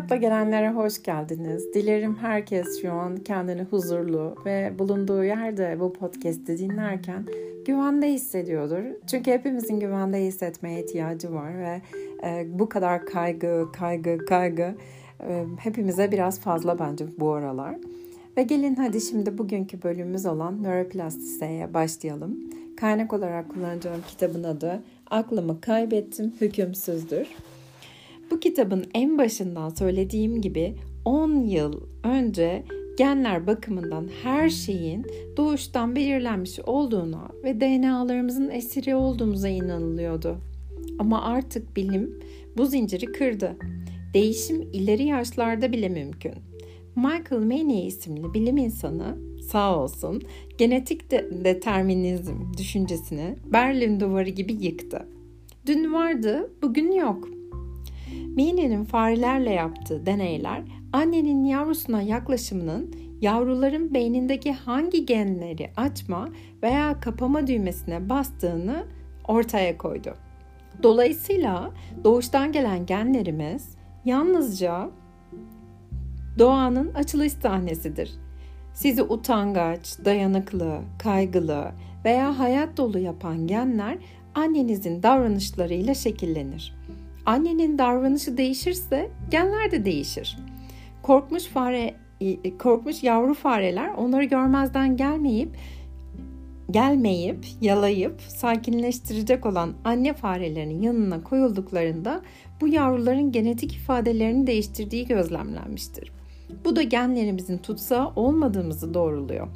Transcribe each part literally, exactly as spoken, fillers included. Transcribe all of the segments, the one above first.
Hayatla gelenlere hoş geldiniz. Dilerim herkes şu an kendini huzurlu ve bulunduğu yerde bu podcast'i dinlerken güvende hissediyordur. Çünkü hepimizin güvende hissetmeye ihtiyacı var ve e, bu kadar kaygı, kaygı, kaygı e, hepimize biraz fazla bence bu aralar. Ve gelin hadi şimdi bugünkü bölümümüz olan nöroplastisiteye başlayalım. Kaynak olarak kullanacağım kitabın adı Aklımı Kaybettim, Hükümsüzdür. Bu kitabın en başından söylediğim gibi on yıl önce genler bakımından her şeyin doğuştan belirlenmiş olduğuna ve D N A'larımızın esiri olduğumuza inanılıyordu. Ama artık bilim bu zinciri kırdı. Değişim ileri yaşlarda bile mümkün. Michael Maney isimli bilim insanı sağ olsun genetik de- determinizm düşüncesini Berlin Duvarı gibi yıktı. Dün vardı, bugün yok. Maney'nin farelerle yaptığı deneyler annenin yavrusuna yaklaşımının yavruların beynindeki hangi genleri açma veya kapama düğmesine bastığını ortaya koydu. Dolayısıyla doğuştan gelen genlerimiz yalnızca doğanın açılış sahnesidir. Sizi utangaç, dayanıklı, kaygılı veya hayat dolu yapan genler annenizin davranışlarıyla şekillenir. Annenin davranışı değişirse genler de değişir. Korkmuş fare, korkmuş yavru fareler onları görmezden gelmeyip gelmeyip, yalayıp sakinleştirecek olan anne farelerinin yanına koyulduklarında bu yavruların genetik ifadelerini değiştirdiği gözlemlenmiştir. Bu da genlerimizin tutsağı olmadığımızı doğruluyor.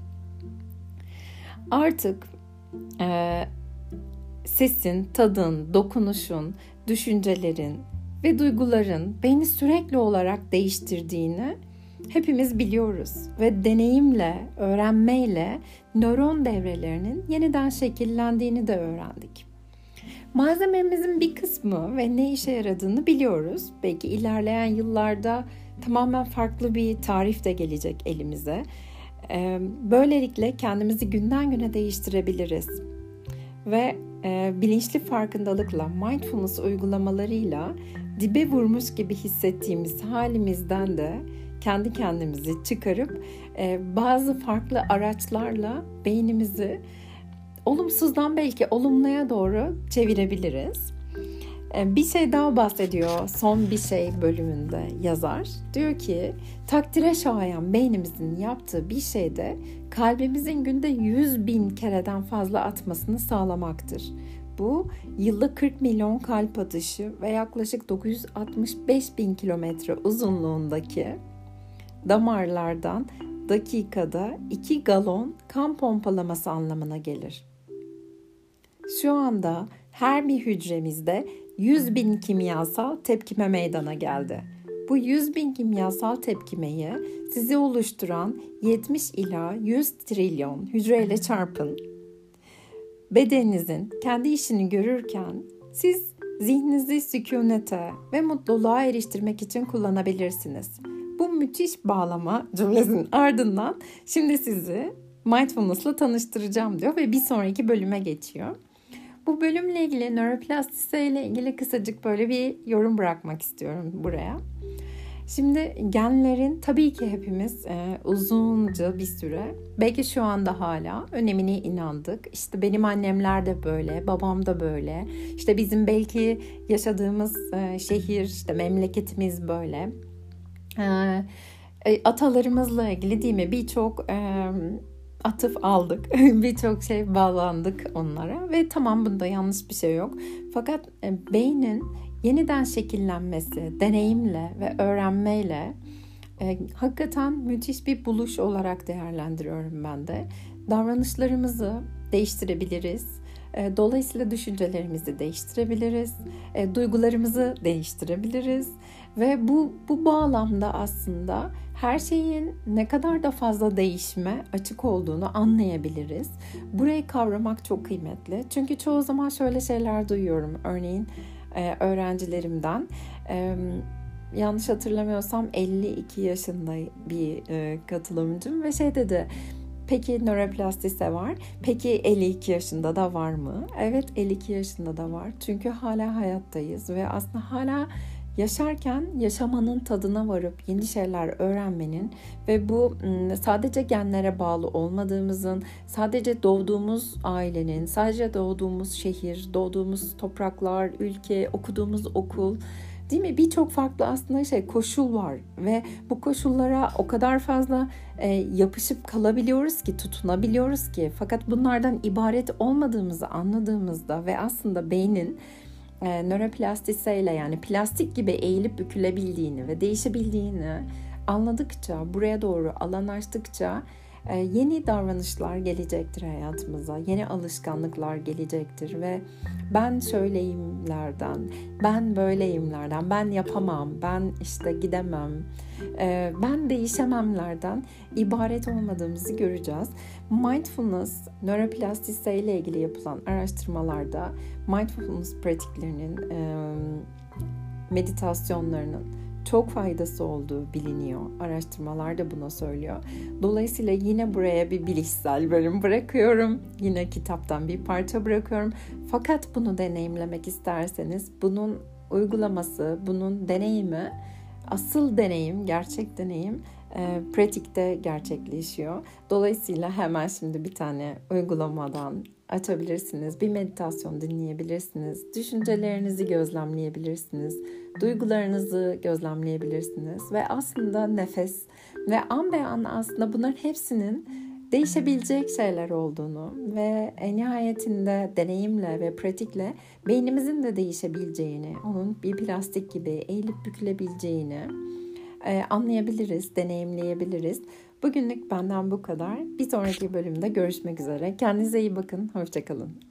Artık e, sesin, tadın, dokunuşun, düşüncelerin ve duyguların beni sürekli olarak değiştirdiğini hepimiz biliyoruz ve deneyimle, öğrenmeyle nöron devrelerinin yeniden şekillendiğini de öğrendik. Malzememizin bir kısmı ve ne işe yaradığını biliyoruz. Belki ilerleyen yıllarda tamamen farklı bir tarif de gelecek elimize. Böylelikle kendimizi günden güne değiştirebiliriz. Ve e, bilinçli farkındalıkla, mindfulness uygulamalarıyla dibe vurmuş gibi hissettiğimiz halimizden de kendi kendimizi çıkarıp e, bazı farklı araçlarla beynimizi olumsuzdan belki olumluya doğru çevirebiliriz. E, bir şey daha bahsediyor son bir şey bölümünde yazar. Diyor ki takdire şayan beynimizin yaptığı bir şeyde kalbimizin günde yüz bin kereden fazla atmasını sağlamaktır. Bu yılda kırk milyon kalp atışı ve yaklaşık dokuz yüz altmış beş bin kilometre uzunluğundaki damarlardan dakikada iki galon kan pompalaması anlamına gelir. Şu anda her bir hücremizde yüz bin kimyasal tepkime meydana geldi. Bu yüz bin kimyasal tepkimeyi sizi oluşturan yetmiş ila yüz trilyon hücreyle çarpın. Bedeninizin kendi işini görürken siz zihninizi sükunete ve mutluluğa eriştirmek için kullanabilirsiniz. Bu müthiş bağlama cümlesinin ardından şimdi sizi mindfulness'la tanıştıracağım diyor ve bir sonraki bölüme geçiyor. Bu bölümle ilgili nöroplastisite ile ilgili kısacık böyle bir yorum bırakmak istiyorum buraya. Şimdi genlerin tabii ki hepimiz e, uzunca bir süre, belki şu anda hala önemine inandık. İşte benim annemler de böyle, babam da böyle. İşte bizim belki yaşadığımız e, şehir, işte memleketimiz böyle. E, e, atalarımızla ilgili değil mi birçok e, atıf aldık. Birçok şey bağlandık onlara ve tamam bunda yanlış bir şey yok. Fakat e, beynin yeniden şekillenmesi, deneyimle ve öğrenmeyle e, hakikaten müthiş bir buluş olarak değerlendiriyorum ben de. Davranışlarımızı değiştirebiliriz. E, dolayısıyla düşüncelerimizi değiştirebiliriz. E, duygularımızı değiştirebiliriz. Ve bu, bu bağlamda aslında her şeyin ne kadar da fazla değişime açık olduğunu anlayabiliriz. Burayı kavramak çok kıymetli. Çünkü çoğu zaman şöyle şeyler duyuyorum. Örneğin Ee, öğrencilerimden ee, yanlış hatırlamıyorsam elli iki yaşında bir e, katılımcım ve şey dedi, peki nöroplastisite var, peki elli iki yaşında da var mı? Evet, elli iki yaşında da var çünkü hala hayattayız ve aslında hala yaşarken yaşamanın tadına varıp yeni şeyler öğrenmenin ve bu sadece genlere bağlı olmadığımızın, sadece doğduğumuz ailenin, sadece doğduğumuz şehir, doğduğumuz topraklar, ülke, okuduğumuz okul, değil mi? Birçok farklı aslında şey koşul var ve bu koşullara o kadar fazla e, yapışıp kalabiliyoruz ki, tutunabiliyoruz ki. Fakat bunlardan ibaret olmadığımızı anladığımızda ve aslında beynin e, nöroplastiseyle, yani plastik gibi eğilip bükülebildiğini ve değişebildiğini anladıkça, buraya doğru alan açtıkça e, yeni davranışlar gelecektir hayatımıza, yeni alışkanlıklar gelecektir ve ben şöyleyimlerden, ben böyleyimlerden, ben yapamam, ben işte gidemem, e, ben değişememlerden ibaret olmadığımızı göreceğiz. Mindfulness, nöroplastise ile ilgili yapılan araştırmalarda mindfulness pratiklerinin, e, meditasyonlarının çok faydası olduğu biliniyor. Araştırmalar da buna söylüyor. Dolayısıyla yine buraya bir bilişsel bölüm bırakıyorum. Yine kitaptan bir parça bırakıyorum. Fakat bunu deneyimlemek isterseniz bunun uygulaması, bunun deneyimi, asıl deneyim, gerçek deneyim e, pratikte gerçekleşiyor. Dolayısıyla hemen şimdi bir tane uygulamadan açabilirsiniz. Bir meditasyon dinleyebilirsiniz. Düşüncelerinizi gözlemleyebilirsiniz. Duygularınızı gözlemleyebilirsiniz. Ve aslında nefes ve an be an aslında bunların hepsinin değişebilecek şeyler olduğunu ve en nihayetinde deneyimle ve pratikle beynimizin de değişebileceğini, onun bir plastik gibi eğilip bükülebileceğini e, anlayabiliriz, deneyimleyebiliriz. Bugünlük benden bu kadar. Bir sonraki bölümde görüşmek üzere. Kendinize iyi bakın. Hoşça kalın.